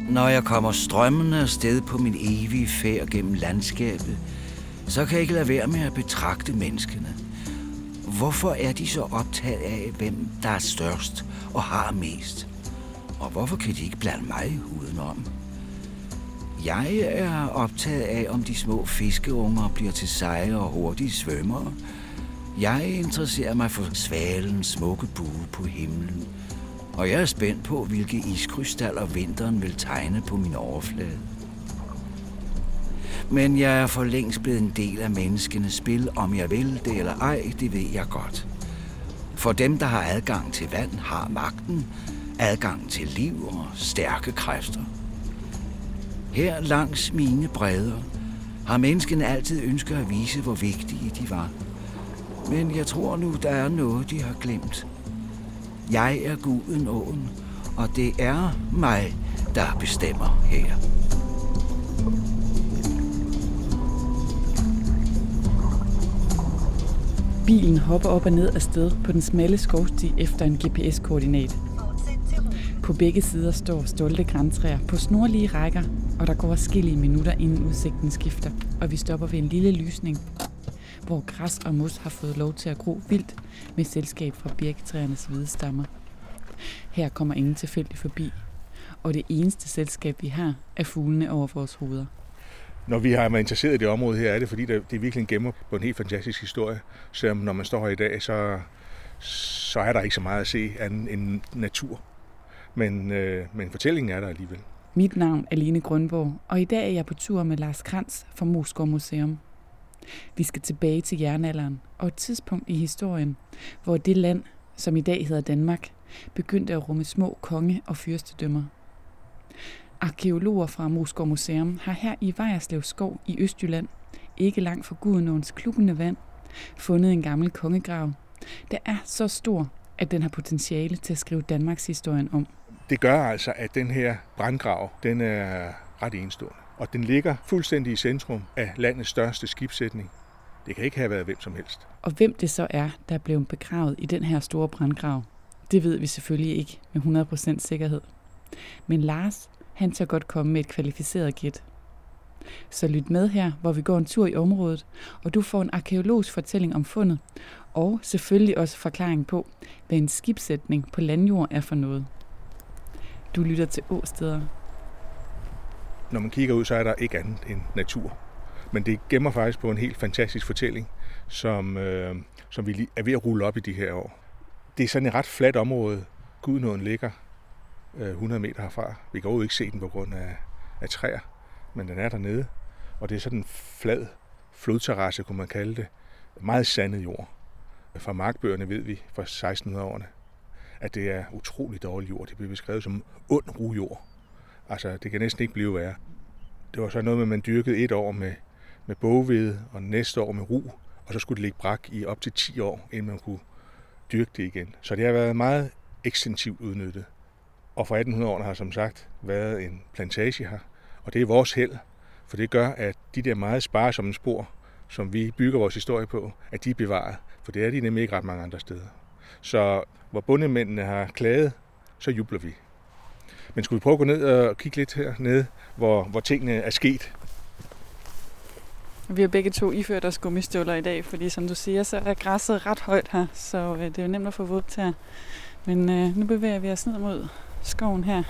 Når jeg kommer strømmende afsted på min evige færd gennem landskabet, så kan jeg ikke lade være med at betragte menneskene. Hvorfor er de så optaget af, hvem der er størst og har mest? Og hvorfor kan de ikke blande mig udenom? Jeg er optaget af, om de små fiskeunger bliver til seje og hurtige svømmere. Jeg interesserer mig for svalens smukke bue på himlen. Og jeg er spændt på, hvilke iskrystaller vinteren vil tegne på min overflade. Men jeg er for længst blevet en del af menneskenes spil, om jeg vil det eller ej, det ved jeg godt. For dem, der har adgang til vand, har magten, adgang til liv og stærke kræfter. Her langs mine bredder har menneskene altid ønsket at vise, hvor vigtige de var. Men jeg tror nu, der er noget, de har glemt. Jeg er guden åen, og det er mig, der bestemmer her. Bilen hopper op og ned af sted på den smalle skovsti efter en GPS-koordinat. På begge sider står stolte grantræer på snorlige rækker, og der går adskillige minutter, inden udsigten skifter, og vi stopper ved en lille lysning, hvor græs og mos har fået lov til at gro vildt med selskab fra birketræernes hvide stammer. Her kommer ingen tilfældigt forbi, og det eneste selskab, vi har, er fuglene over vores hoveder. Når vi har været interesseret i det område her, er det fordi, det virkelig gemmer på en helt fantastisk historie. Så når man står her i dag, så er der ikke så meget at se andet end natur. Men fortællingen er der alligevel. Mit navn er Line Grønborg, og i dag er jeg på tur med Lars Krantz fra Moesgaard Museum. Vi skal tilbage til jernalderen og et tidspunkt i historien, hvor det land, som i dag hedder Danmark, begyndte at rumme små konge- og fyrstedømmer. Arkæologer fra Moesgaard Museum har her i Vejerslev Skov i Østjylland, ikke langt fra Gudenåens klukkende vand, fundet en gammel kongegrav, der er så stor, at den har potentiale til at skrive Danmarks historien om. Det gør altså, at den her brandgrav, den er ret enestående. Og den ligger fuldstændig i centrum af landets største skibssætning. Det kan ikke have været hvem som helst. Og hvem det så er, der er blevet begravet i den her store brandgrav, det ved vi selvfølgelig ikke med 100% sikkerhed. Men Lars, han tør godt komme med et kvalificeret gæt. Så lyt med her, hvor vi går en tur i området, og du får en arkæologisk fortælling om fundet, og selvfølgelig også forklaring på, hvad en skibssætning på landjord er for noget. Du lytter til Åsteder. Når man kigger ud, så er der ikke andet end natur. Men det gemmer faktisk på en helt fantastisk fortælling, som vi er ved at rulle op i de her år. Det er sådan et ret fladt område. Gudenåen ligger 100 meter herfra. Vi kan overhovedet ikke se den på grund af træer, men den er dernede. Og det er sådan en flad flodterrasse, kunne man kalde det. Meget sandet jord. Fra markbøgerne ved vi fra 1600-årene, at det er utrolig dårlig jord. Det bliver beskrevet som ond rujord. Altså, det kan næsten ikke blive værre. Det var så noget med, at man dyrkede et år med boghvede, og næste år med ru, og så skulle det ligge brak i op til 10 år, inden man kunne dyrke det igen. Så det har været meget ekstensivt udnyttet. Og fra 1800-årene har som sagt været en plantage her, og det er vores held, for det gør, at de der meget sparsomme spor, som vi bygger vores historie på, at de er bevaret, for det er de nemlig ikke ret mange andre steder. Så hvor bondemændene har klaget, så jubler vi. Men skulle vi prøve at gå ned og kigge lidt hernede, hvor tingene er sket? Vi har begge to iført os gummistøvler i dag, fordi som du siger, så er græsset ret højt her, så det er jo nemt at få vådt her. Men nu bevæger vi os ned mod skoven her.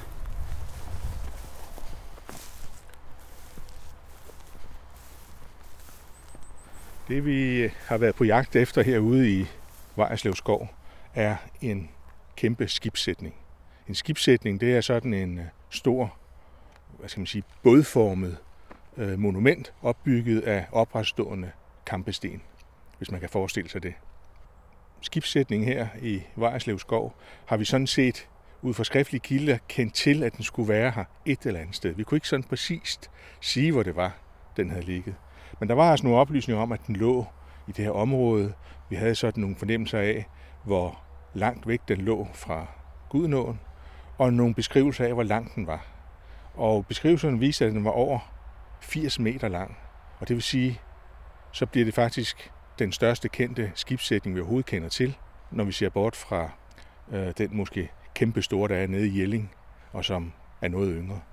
Det vi har været på jagt efter herude i Vejerslev Skov, er en kæmpe skibssætning. En skibssætning, det er sådan en stor, bådformet monument, opbygget af opretstående kampesten, hvis man kan forestille sig det. Skibssætningen her i Vejerslev Skov har vi sådan set ud fra skriftlige kilder kendt til, at den skulle være her et eller andet sted. Vi kunne ikke sådan præcist sige, hvor det var, den havde ligget. Men der var altså nogle oplysninger om, at den lå i det her område. Vi havde sådan nogle fornemmelser af, hvor langt væk den lå fra Gudenåen, og nogle beskrivelser af, hvor lang den var. Og beskrivelserne viste, at den var over 80 meter lang. Og det vil sige, så bliver det faktisk den største kendte skibssætning, vi overhovedet kender til, når vi ser bort fra den måske kæmpe store, der er nede i Jelling, og som er noget yngre.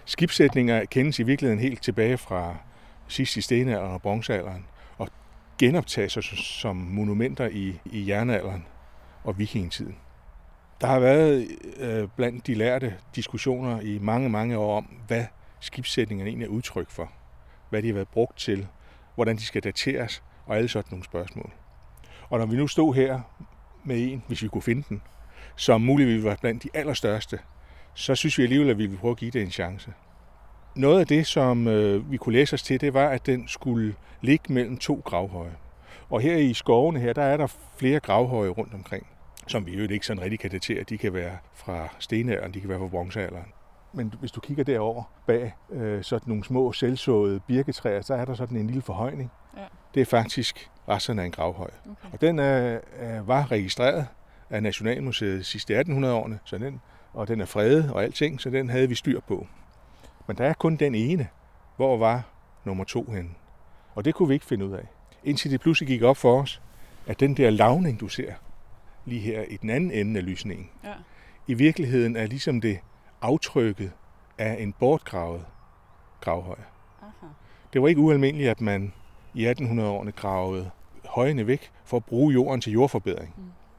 Skibssætninger kendes i virkeligheden helt tilbage fra sidst i stenalderen og bronzealderen, og genoptages sig som monumenter i jernalderen og vikingetiden. Der har været blandt de lærte diskussioner i mange, mange år om, hvad skibssætningerne egentlig er udtryk for. Hvad de har været brugt til, hvordan de skal dateres, og alle sådan nogle spørgsmål. Og når vi nu stod her med en, hvis vi kunne finde den, som muligvis var blandt de allerstørste, så synes vi alligevel, at vi ville prøve at give det en chance. Noget af det, som vi kunne læse os til, det var, at den skulle ligge mellem 2 gravhøje. Og her i skovene her, der er der flere gravhøje rundt omkring, som vi jo ikke sådan rigtig kan datere. De kan være fra stenalderen, de kan være fra bronzealderen. Men hvis du kigger derover bag sådan nogle små selvsåede birketræer, så er der sådan en lille forhøjning. Ja. Det er faktisk resterne af en gravhøj. Okay. Og den var registreret af Nationalmuseet sidst i 1800-årene, og den er fredet og alting, så den havde vi styr på. Men der er kun den ene. Hvor var nummer 2 henne? Og det kunne vi ikke finde ud af. Indtil det pludselig gik op for os, at den der lavning, du ser lige her i den anden ende af lysningen, i virkeligheden er ligesom det aftrykket af en bortgravet gravhøj. Aha. Det var ikke ualmindeligt, at man i 1800-årene gravede højene væk for at bruge jorden til jordforbedring.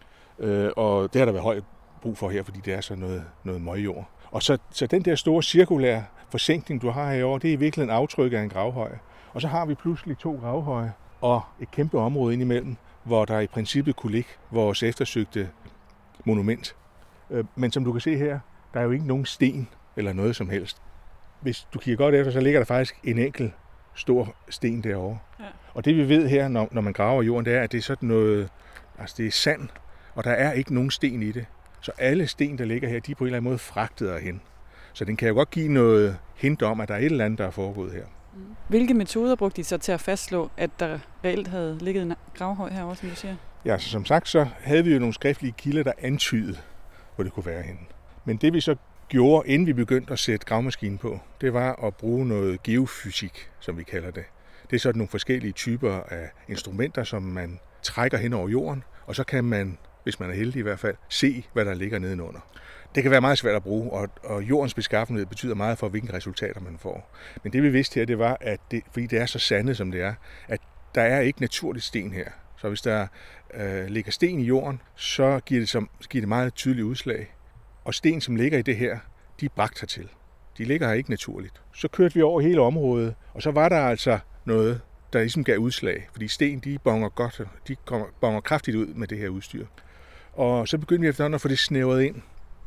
Og det har der været højt brug for her, fordi det er så noget møgjord. Og så den der store cirkulære forsænkning, du har herovre, det er i virkeligheden aftrykket af en gravhøj. Og så har vi pludselig 2 gravhøje og et kæmpe område indimellem, hvor der i princippet kunne ligge vores eftersøgte monument. Men som du kan se her, der er jo ikke nogen sten eller noget som helst. Hvis du kigger godt efter, så ligger der faktisk en enkelt stor sten derovre. Ja. Og det vi ved her, når man graver jorden, det er, at det er sådan noget, altså det er sand, og der er ikke nogen sten i det. Så alle sten, der ligger her, de er på en eller anden måde fragtet derhen. Så den kan jo godt give noget hint om, at der er et eller andet, der er foregået her. Hvilke metoder brugte de så til at fastslå, at der reelt havde ligget en gravhøj herovre, som du siger? Ja, så som sagt, så havde vi jo nogle skriftlige kilder, der antydede, hvor det kunne være henne. Men det vi så gjorde, inden vi begyndte at sætte gravemaskinen på, det var at bruge noget geofysik, som vi kalder det. Det er sådan nogle forskellige typer af instrumenter, som man trækker hen over jorden, og så kan man, hvis man er heldig i hvert fald, se, hvad der ligger nedenunder. Det kan være meget svært at bruge, og jordens beskaffenhed betyder meget for, hvilke resultater man får. Men det vi vidste her, det var, at fordi det er så sandet, som det er, at der er ikke naturligt sten her. Så hvis der ligger sten i jorden, så giver det meget tydeligt udslag. Og sten, som ligger i det her, de er bragt hertil. De ligger her ikke naturligt. Så kørte vi over hele området, og så var der altså noget, der ligesom gav udslag. Fordi sten, de bonger kraftigt ud med det her udstyr. Og så begyndte vi efterhånden at få det snævret ind.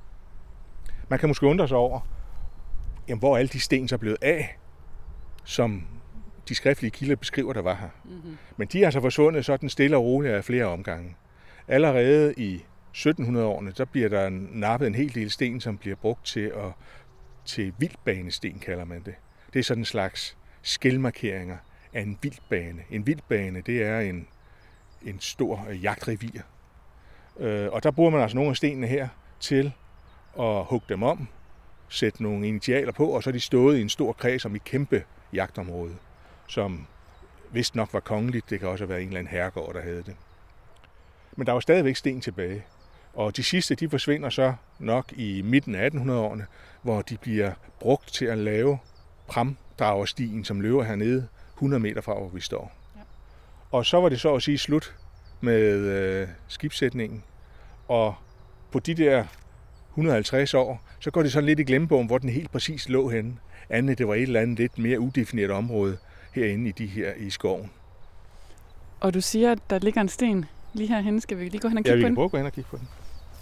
Man kan måske undre sig over, jamen, hvor alle de sten så er blevet af, som de skriftlige kilder beskriver, der var her. Mm-hmm. Men de er altså forsvundet sådan stille og roligt af flere omgange. Allerede i 1700-årene, der bliver der nappet en hel del sten, som bliver brugt til vildbanesten, kalder man det. Det er sådan en slags skelmarkeringer af en vildbane. En vildbane, det er en stor jagtrevir. Og der bruger man altså nogle af stenene her til at hugge dem om, sætte nogle initialer på, og så er de stået i en stor kreds om et kæmpe jagtområde, som vist nok var kongeligt. Det kan også have været en eller anden herregård, der havde det. Men der var stadigvæk sten tilbage. Og de sidste, de forsvinder så nok i midten af 1800-årene, hvor de bliver brugt til at lave pramdragerstien, som løber hernede 100 meter fra, hvor vi står. Ja. Og så var det så at sige slut med skibssætningen. Og på de der 150 år, så går det så lidt i glemmebogen, hvor den helt præcis lå henne. Andet, det var et eller andet lidt mere udefineret område herinde i skoven. Og du siger, at der ligger en sten lige herhenne. Skal vi lige gå hen og kigge på den? Ja, vi kan prøve at gå hen og kigge på den.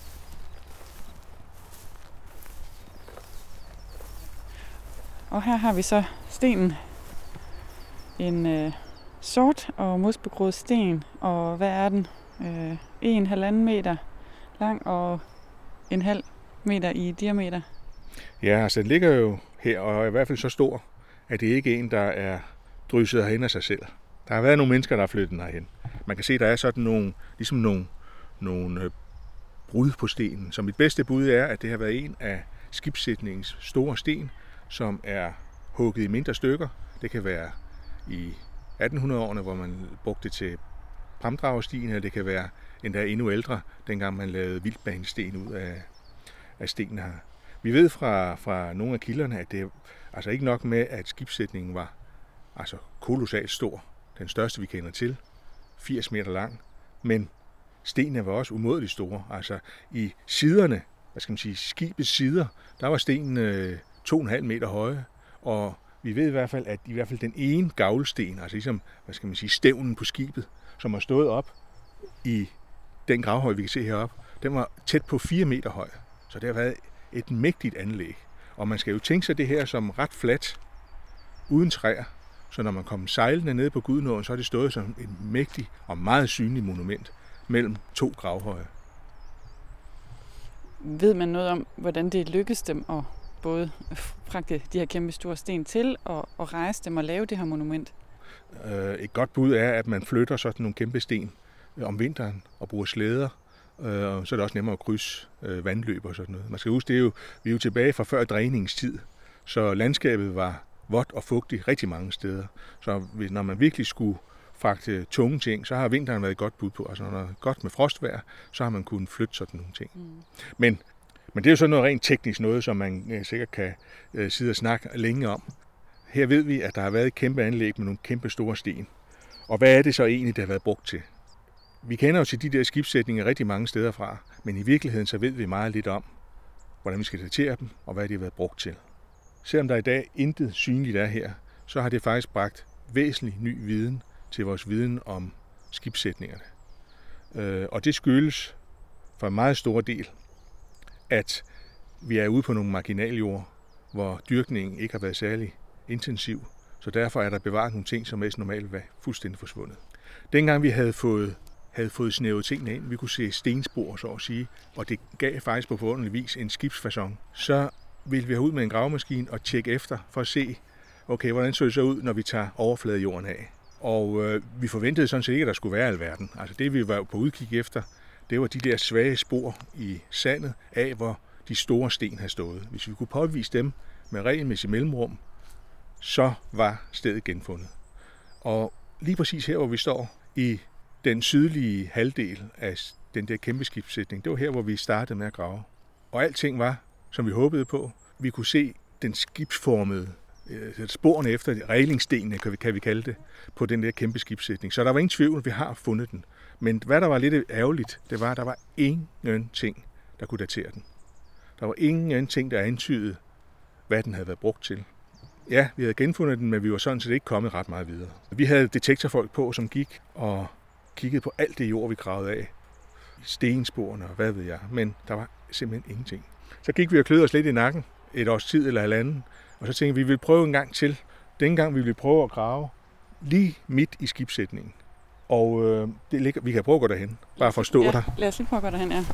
Og her har vi så stenen. En sort og mosbegroet sten. Og hvad er den? 1,5 meter lang og 1,5 meter i diameter. Ja, altså den ligger jo her, og er i hvert fald så stor, at det ikke er en, der er drysset herhen af sig selv. Der har været nogle mennesker, der har flyttet den herhen. Man kan se, der er sådan nogle brud på stenen. Så mit bedste bud er, at det har været en af skibssætningens store sten, som er hugget i mindre stykker. Det kan være i 1800-årene, hvor man brugte det til pramdragerstien, eller det kan være endda endnu ældre, dengang man lavede vildbanesten ud af stenen her. Vi ved fra nogle af kilderne, at det altså ikke nok med, at skibssætningen var altså kolossalt stor. Den største, vi kender til, 80 meter lang, men stenene var også umådeligt store. Altså i siderne, skibets sider, der var stenene 2,5 meter høje, og vi ved i hvert fald, at i hvert fald den ene gavlsten, altså ligesom, stævnen på skibet, som har stået op i den gravhøj, vi kan se heroppe, den var tæt på 4 meter høj. Så det har været et mægtigt anlæg. Og man skal jo tænke sig det her som ret fladt, uden træer. Så når man kommer sejlende ned på Gudenåen, så er det stået som et mægtigt og meget synligt monument mellem 2 gravhøje. Ved man noget om, hvordan det lykkedes dem at både fragte de her kæmpe store sten til og rejse dem og lave det her monument? Et godt bud er, at man flytter sådan nogle kæmpe sten om vinteren og bruger slæder. Så er det også nemmere at krydse vandløb og sådan noget. Man skal huske, vi er jo tilbage fra før dræningstid, så landskabet var vådt og fugtigt rigtig mange steder. Så når man virkelig skulle fragte tunge ting, så har vinteren været et godt bud på. Altså når der er godt med frostvejr, så har man kunnet flytte sådan nogle ting. Men det er jo sådan noget rent teknisk noget, som man sikkert kan sidde og snakke længe om. Her ved vi, at der har været et kæmpe anlæg med nogle kæmpe store sten. Og hvad er det så egentlig, der har været brugt til? Vi kender jo til de der skibssætninger rigtig mange steder fra, men i virkeligheden så ved vi meget lidt om, hvordan vi skal datere dem, og hvad de har været brugt til. Selvom der i dag intet synligt er her, så har det faktisk bragt væsentlig ny viden til vores viden om skibssætningerne. Og det skyldes for en meget stor del, at vi er ude på nogle marginaljord, hvor dyrkningen ikke har været særlig intensiv, så derfor er der bevaret nogle ting, som mest normalt var fuldstændig forsvundet. Dengang vi havde fået snævet tingene ind, vi kunne se stenspor, så at sige, og det gav faktisk på forunderlig vis en skibsfacon, så ville vi have ud med en gravemaskine og tjekke efter for at se, okay, hvordan så det så ud, når vi tager overfladejorden af. Og vi forventede sådan set ikke, at der skulle være alverden. Altså det, vi var på udkig efter, det var de der svage spor i sandet af, hvor de store sten havde stået. Hvis vi kunne påvise dem med regelmæssigt mellemrum, så var stedet genfundet. Og lige præcis her, hvor vi står i den sydlige halvdel af den der kæmpe skibssætning, det var her, hvor vi startede med at grave. Og alting var, som vi håbede på. Vi kunne se den skibsformede, sporene efter reglingstenene, kan vi kalde det, på den der kæmpe skibssætning. Så der var ingen tvivl, at vi har fundet den. Men hvad der var lidt ærgerligt, det var, at der var ingenting, der kunne datere den. Der var ingenting, der antydede, hvad den havde været brugt til. Ja, vi havde genfundet den, men vi var sådan set ikke kommet ret meget videre. Vi havde detektorfolk på, som gik og kiggede på alt det jord, vi gravede af. Stensporene og hvad ved jeg, men der var simpelthen ingenting. Så gik vi og kløede os lidt i nakken, et års tid eller halvanden, og så tænkte vi ville prøve en gang til. Dengang vi ville prøve at grave lige midt i skibssætningen. Og vi kan prøve at gå derhen, bare for at stå der. Lad os lige prøve at gå derhen, ja.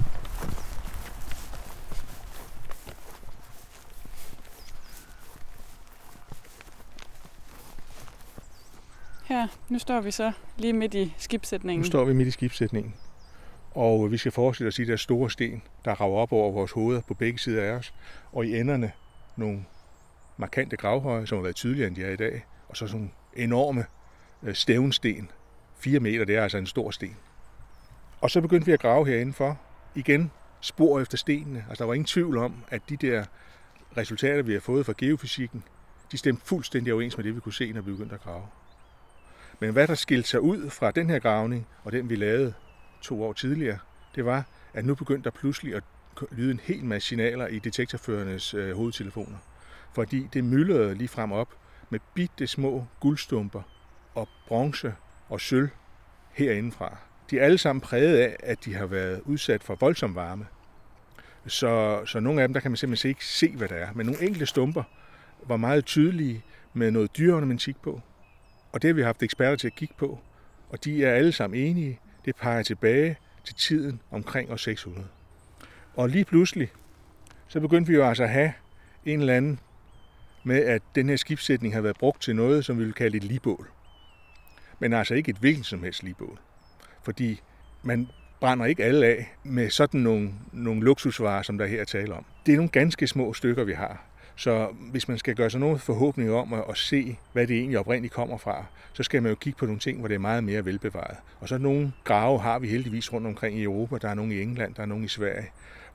Her, nu står vi så lige midt i skibssætningen. Nu står vi midt i skibssætningen. Og vi skal forestille os de der store sten, der rager op over vores hoveder på begge sider af os. Og i enderne nogle markante gravhøje, som har været tydeligere end de er i dag. Og så sådan nogle enorme stævnsten. 4 meter, det er altså en stor sten. Og så begyndte vi at grave herindenfor. Igen spor efter stenene. Altså der var ingen tvivl om, at de der resultater, vi har fået fra geofysikken, de stemte fuldstændig overens med det, vi kunne se, når vi begyndte at grave. Men hvad der skilte sig ud fra den her gravning, og den vi lavede 2 år tidligere, det var, at nu begyndte der pludselig at lyde en hel masse signaler i detektorførernes hovedtelefoner. Fordi det myldrede lige frem op med bitte små guldstumper og bronze og sølv herindefra. De er alle sammen præget af, at de har været udsat for voldsom varme. Så nogle af dem, der kan man simpelthen ikke se, hvad der er. Men nogle enkelte stumper var meget tydelige med noget dyreornamentik på. Og det har vi haft eksperter til at kigge på. Og de er alle sammen enige. Det peger tilbage til tiden omkring år 600. Og lige pludselig, så begyndte vi jo altså at have en eller anden med, at den her skibssætning har været brugt til noget, som vi vil kalde et ligbål. Men altså ikke et hvilket som helst ligbål. Fordi man brænder ikke alle af med sådan nogle luksusvarer, som der her er tale om. Det er nogle ganske små stykker, vi har. Så hvis man skal gøre sig nogle forhåbninger om at se, hvad det egentlig oprindeligt kommer fra, så skal man jo kigge på nogle ting, hvor det er meget mere velbevaret. Og så nogle grave har vi heldigvis rundt omkring i Europa. Der er nogle i England, der er nogle i Sverige. Og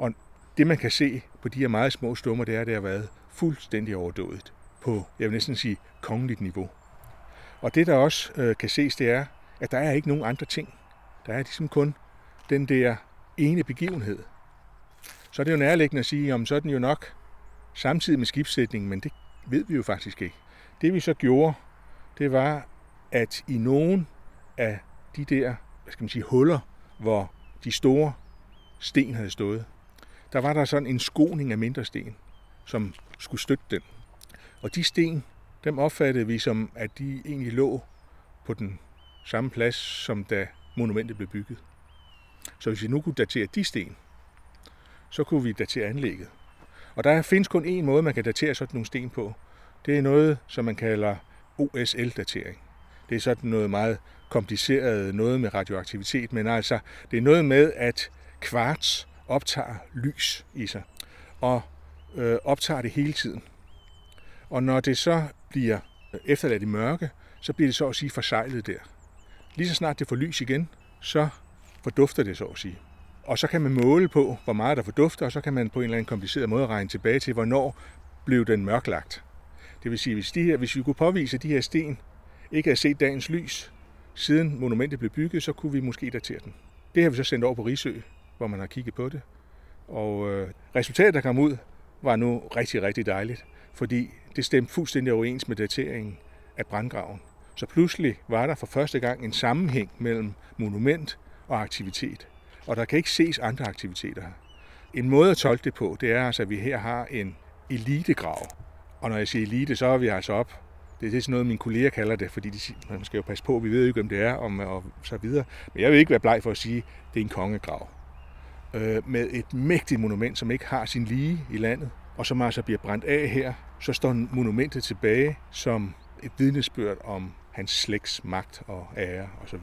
det man kan se på de her meget små stumper, det er, at det har været fuldstændig overdådigt på, jeg vil næsten sige, kongeligt niveau. Og det, der også kan ses, det er, at der er ikke nogen andre ting. Der er ligesom kun den der ene begivenhed. Så er det jo nærliggende at sige, om så er den jo nok samtidig med skibssætningen, men det ved vi jo faktisk ikke. Det vi så gjorde, det var, at i nogen af de der, huller, hvor de store sten havde stået, der var der sådan en skoning af mindre sten, som skulle støtte den. Og de sten, dem opfattede vi som, at de egentlig lå på den samme plads, som da monumentet blev bygget. Så hvis vi nu kunne datere de sten, så kunne vi datere anlægget. Og der findes kun én måde, man kan datere sådan nogle sten på. Det er noget, som man kalder OSL-datering. Det er sådan noget meget kompliceret, noget med radioaktivitet, men altså det er noget med, at kvarts optager lys i sig, og optager det hele tiden. Og når det så bliver efterladt i mørke, så bliver det så at sige forseglet der. Lige så snart det får lys igen, så fordufter det så at sige. Og så kan man måle på, hvor meget der fordufter, og så kan man på en eller anden kompliceret måde regne tilbage til, hvornår blev den mørklagt. Det vil sige, hvis vi kunne påvise, at de her sten ikke havde set dagens lys, siden monumentet blev bygget, så kunne vi måske datere den. Det har vi så sendt over på Risø, hvor man har kigget på det. Og resultatet, der kom ud, var nu rigtig, rigtig dejligt, fordi det stemte fuldstændig overens med dateringen af brandgraven. Så pludselig var der for første gang en sammenhæng mellem monument og aktivitet. Og der kan ikke ses andre aktiviteter her. En måde at tolke det på, det er altså, at vi her har en elitegrav. Og når jeg siger elite, så er vi altså op. Det er sådan noget, mine kolleger kalder det, fordi man skal jo passe på, vi ved jo ikke, hvem det er, og så videre. Men jeg vil ikke være bleg for at sige, at det er en kongegrav. Med et mægtigt monument, som ikke har sin lige i landet, og som altså bliver brændt af her, så står monumentet tilbage som et vidnesbyrd om hans slægts magt og ære osv.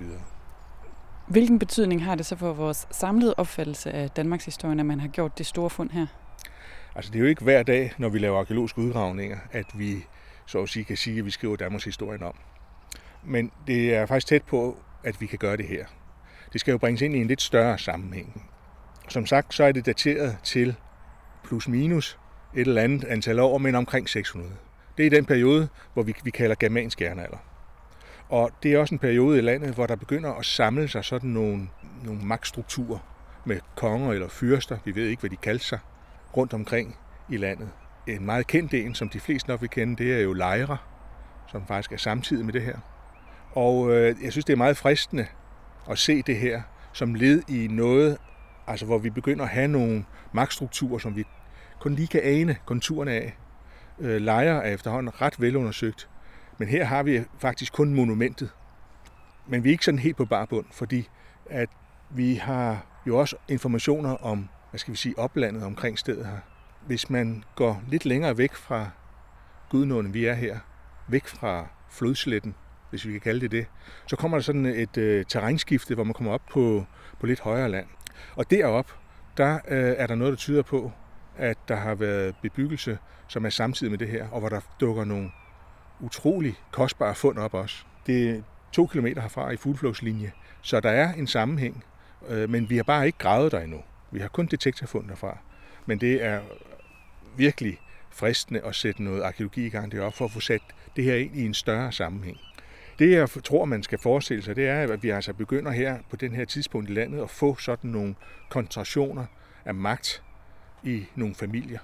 Hvilken betydning har det så for vores samlede opfattelse af Danmarks historie, at man har gjort det store fund her? Altså det er jo ikke hver dag, når vi laver arkæologiske udgravninger, at vi så at sige kan sige, at vi skriver Danmarks historien om. Men det er faktisk tæt på, at vi kan gøre det her. Det skal jo bringes ind i en lidt større sammenhæng. Som sagt, så er det dateret til plus minus et eller andet antal år, men omkring 600. Det er den periode, hvor vi kalder germansk jernalder. Og det er også en periode i landet, hvor der begynder at samle sig sådan nogle magtstrukturer med konger eller fyrster, vi ved ikke, hvad de kalder sig, rundt omkring i landet. En meget kendt en, som de fleste nok vil kende, det er jo lejre, som faktisk er samtidig med det her. Og jeg synes, det er meget fristende at se det her som led i noget, altså hvor vi begynder at have nogle magtstrukturer, som vi kun lige kan ane konturerne af. Lejre er efterhånden ret velundersøgt, men her har vi faktisk kun monumentet. Men vi er ikke sådan helt på bar bund, fordi at vi har jo også informationer om, oplandet omkring stedet her. Hvis man går lidt længere væk fra Gudnåen, vi er her, væk fra flodsletten, hvis vi kan kalde det, så kommer der sådan et terrænskifte, hvor man kommer op på lidt højere land. Og deroppe, der er der noget, der tyder på, at der har været bebyggelse, som er samtidig med det her, og hvor der dukker nogle utrolig kostbare fund op også. Det er 2 kilometer herfra i fugleflugtslinje, så der er en sammenhæng, men vi har bare ikke gravet der endnu. Vi har kun detektorfund derfra, men det er virkelig fristende at sætte noget arkæologi i gang deroppe, for at få sat det her ind i en større sammenhæng. Det jeg tror, man skal forestille sig, det er, at vi altså begynder her på den her tidspunkt i landet at få sådan nogle koncentrationer af magt i nogle familier.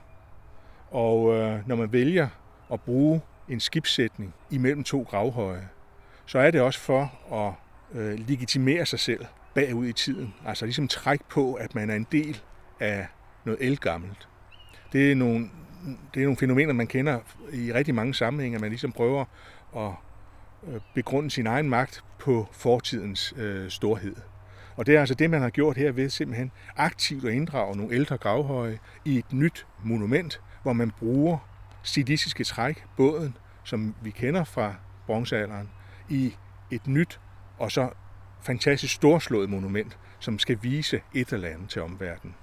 Og når man vælger at bruge en skibssætning imellem 2 gravhøje, så er det også for at legitimere sig selv bagud i tiden. Altså ligesom trække på, at man er en del af noget ældgammelt. Det er nogle fænomener, man kender i rigtig mange sammenhænge, at man ligesom prøver at begrunde sin egen magt på fortidens storhed. Og det er altså det, man har gjort her ved simpelthen aktivt at inddrage nogle ældre gravhøje i et nyt monument, hvor man bruger stilistiske træk, båden, som vi kender fra bronzealderen, i et nyt og så fantastisk storslået monument, som skal vise et eller andet til omverdenen.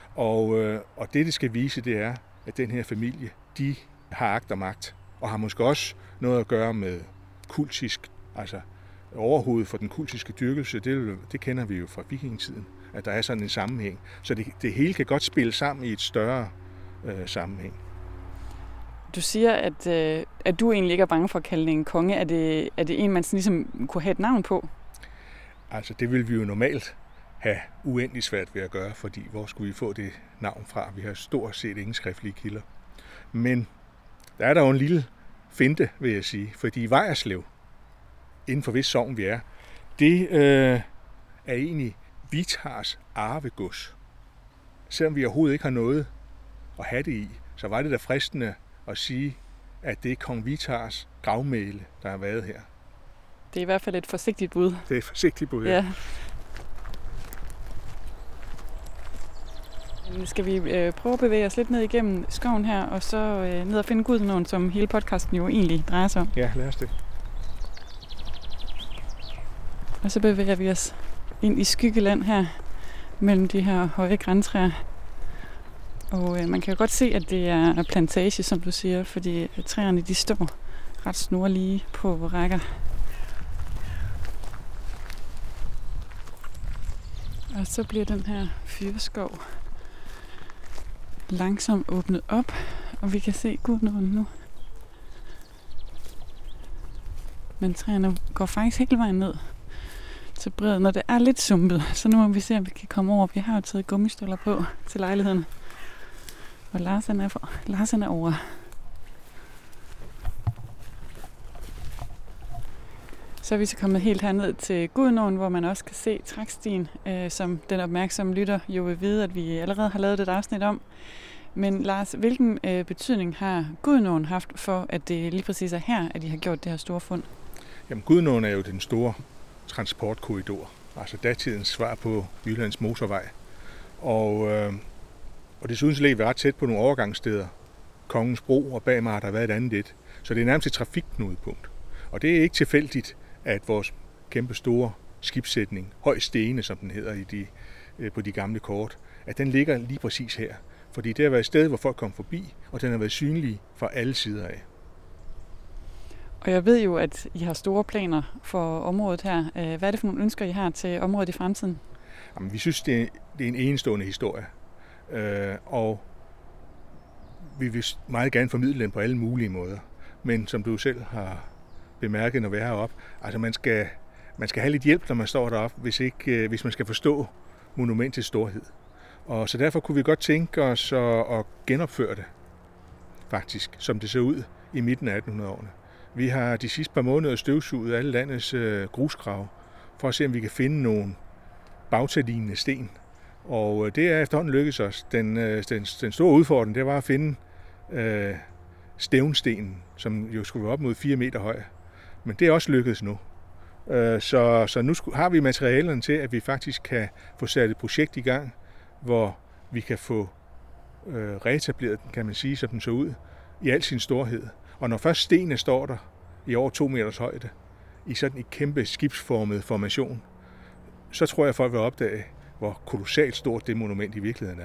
Og det skal vise, det er, at den her familie, de har agt og magt, og har måske også noget at gøre med kultisk, altså overhovedet for den kultiske dyrkelse, det kender vi jo fra vikingetiden, at der er sådan en sammenhæng. Så det hele kan godt spille sammen i et større sammenhæng. Du siger, at du egentlig ikke er bange for at kalde det en konge. Er det en, man sådan ligesom kunne have et navn på? Altså, det vil vi jo normalt have uendelig svært ved at gøre, fordi hvor skulle vi få det navn fra? Vi har stort set ingen skriftlige kilder. Men der er der jo en lille finte, vil jeg sige, fordi Vejerslev, inden for hvis sogn vi er, det er egentlig Vitars arvegods. Selvom vi overhovedet ikke har noget at have det i, så var det da fristende at sige, at det er kong Vitars gravmæle, der har været her. Det er i hvert fald et forsigtigt bud. Det er et forsigtigt bud, ja. Skal vi prøve at bevæge os lidt ned igennem skoven her, og så ned og finde Gudenåen, som hele podcasten jo egentlig drejer sig om? Ja, lad os det. Og så bevæger vi os ind i skyggeland her, mellem de her høje grantræer. Og man kan jo godt se, at det er plantage, som du siger, fordi træerne de står ret snorlige på rækker. Og så bliver den her fyrreskov langsomt åbnet op, og vi kan se Gudenåen nu. Men træerne går faktisk hele vejen ned til bredden, og det er lidt sumpet, så nu må vi se, om vi kan komme over. Vi har jo taget gummistøvler på til lejligheden. Og Lars er over. Så er vi så kommet helt herned til Gudenåen, hvor man også kan se trækstien, som den opmærksomme lytter jo vil vide, at vi allerede har lavet et afsnit om. Men Lars, hvilken betydning har Gudenåen haft for, at det lige præcis er her, at de har gjort det her store fund? Jamen, Gudenåen er jo den store transportkorridor, altså datidens svar på Jyllands motorvej. Og desuden så ligger vi ret tæt på nogle overgangssteder. Kongens Bro og bag mig har der været et andet et. Så det er nærmest et trafikknudepunkt. Og det er ikke tilfældigt, at vores kæmpe store skibssætning, Høj Stene, som den hedder på de gamle kort, at den ligger lige præcis her. Fordi det har været et sted, hvor folk kom forbi, og den har været synlig fra alle sider af. Og jeg ved jo, at I har store planer for området her. Hvad er det for nogle ønsker, I har til området i fremtiden? Jamen, vi synes, det er en enestående historie. Og vi vil meget gerne formidle den på alle mulige måder. Men som du selv har bemærket, når vi er heroppe, altså man skal have lidt hjælp, når man står deroppe, hvis man skal forstå monumentets storhed. Og så derfor kunne vi godt tænke os at genopføre det, faktisk, som det ser ud i midten af 1800-årene. Vi har de sidste par måneder støvsuget alle landets grusgrave, for at se, om vi kan finde nogle bautalignende sten. Og det er efterhånden lykkedes os. Den store udfordring, det var at finde stævnstenen, som jo skulle være op mod 4 meter høj. Men det er også lykkedes nu. Så nu har vi materialerne til, at vi faktisk kan få sat et projekt i gang, hvor vi kan få reetableret den, kan man sige, som den så ud, i al sin storhed. Og når først stenene står der i over 2 meters højde, i sådan en kæmpe skibsformet formation, så tror jeg, at folk vil opdage, hvor kolossalt stort det monument i virkeligheden er.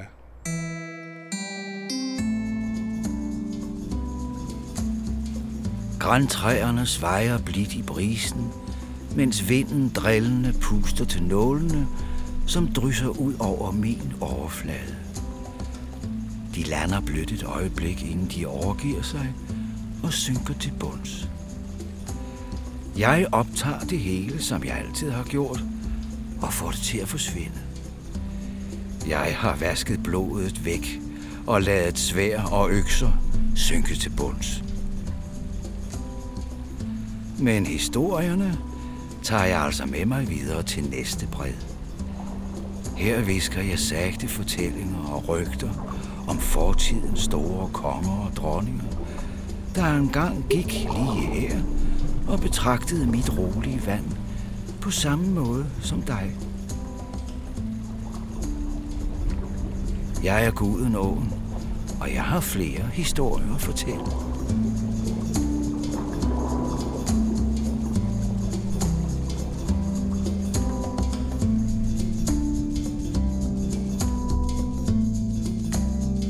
Grantræerne svejer blidt i brisen, mens vinden drillende puster til nålene, som drysser ud over min overflade. De lander blødt et øjeblik, inden de overgiver sig og synker til bunds. Jeg optager det hele, som jeg altid har gjort, og får det til at forsvinde. Jeg har vasket blodet væk og ladet sværd og økser synke til bunds. Men historierne tager jeg altså med mig videre til næste bred. Her visker jeg sagte fortællinger og rygter om fortidens store konger og dronninger, der engang gik lige her og betragtede mit rolige vand på samme måde som dig. Jeg er Gudenåen, og jeg har flere historier at fortælle.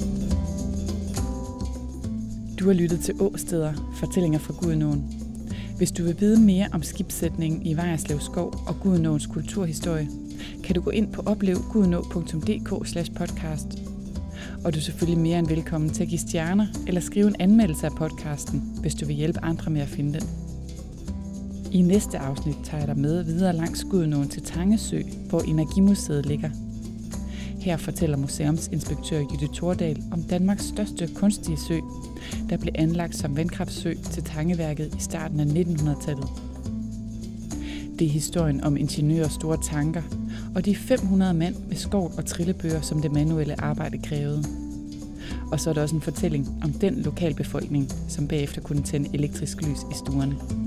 Du har lyttet til Åsteder, fortællinger fra Gudenåen. Hvis du vil vide mere om skibssætningen i Vejerslev Skov og Gudenåens kulturhistorie, kan du gå ind på oplevgudenå.dk/podcast. Og du er selvfølgelig mere end velkommen til at give stjerner eller skrive en anmeldelse af podcasten, hvis du vil hjælpe andre med at finde den. I næste afsnit tager jeg dig med videre langs Gudenåen til Tange Sø, hvor Energimuseet ligger. Her fortæller museumsinspektør Jytte Thordal om Danmarks største kunstige sø, der blev anlagt som vandkraftsø til Tangeværket i starten af 1900-tallet. Det er historien om ingeniørers store tanker og de 500 mand med skovl og trillebøger, som det manuelle arbejde krævede. Og så er der også en fortælling om den lokalbefolkning, som bagefter kunne tænde elektrisk lys i stuerne.